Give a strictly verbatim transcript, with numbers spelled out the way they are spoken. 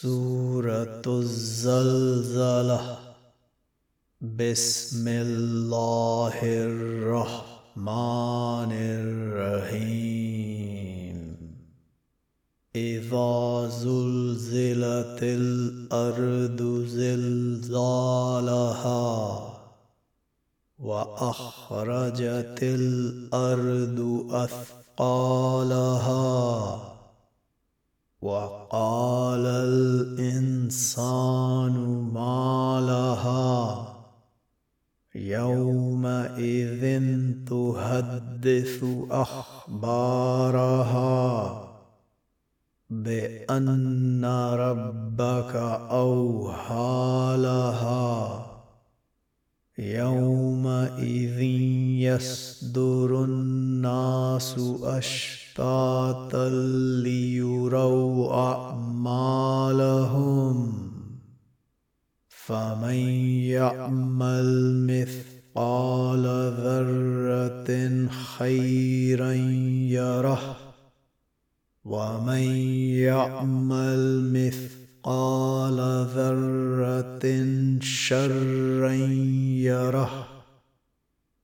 سورة الزلزلة. بسم الله الرحمن الرحيم. إذا زلزلت الأرض زلزالها وأخرجت الأرض أثقالها وقال الإنسان ما لها يومئذ تحدث أخبارها بأن ربك أوحى لها يومئذ يصدر الناس أشتاتا ليروا أعمالهم فمن يعمل مثقال ذرة خيرا يره ومن يعمل مثقال ذرة شرا يره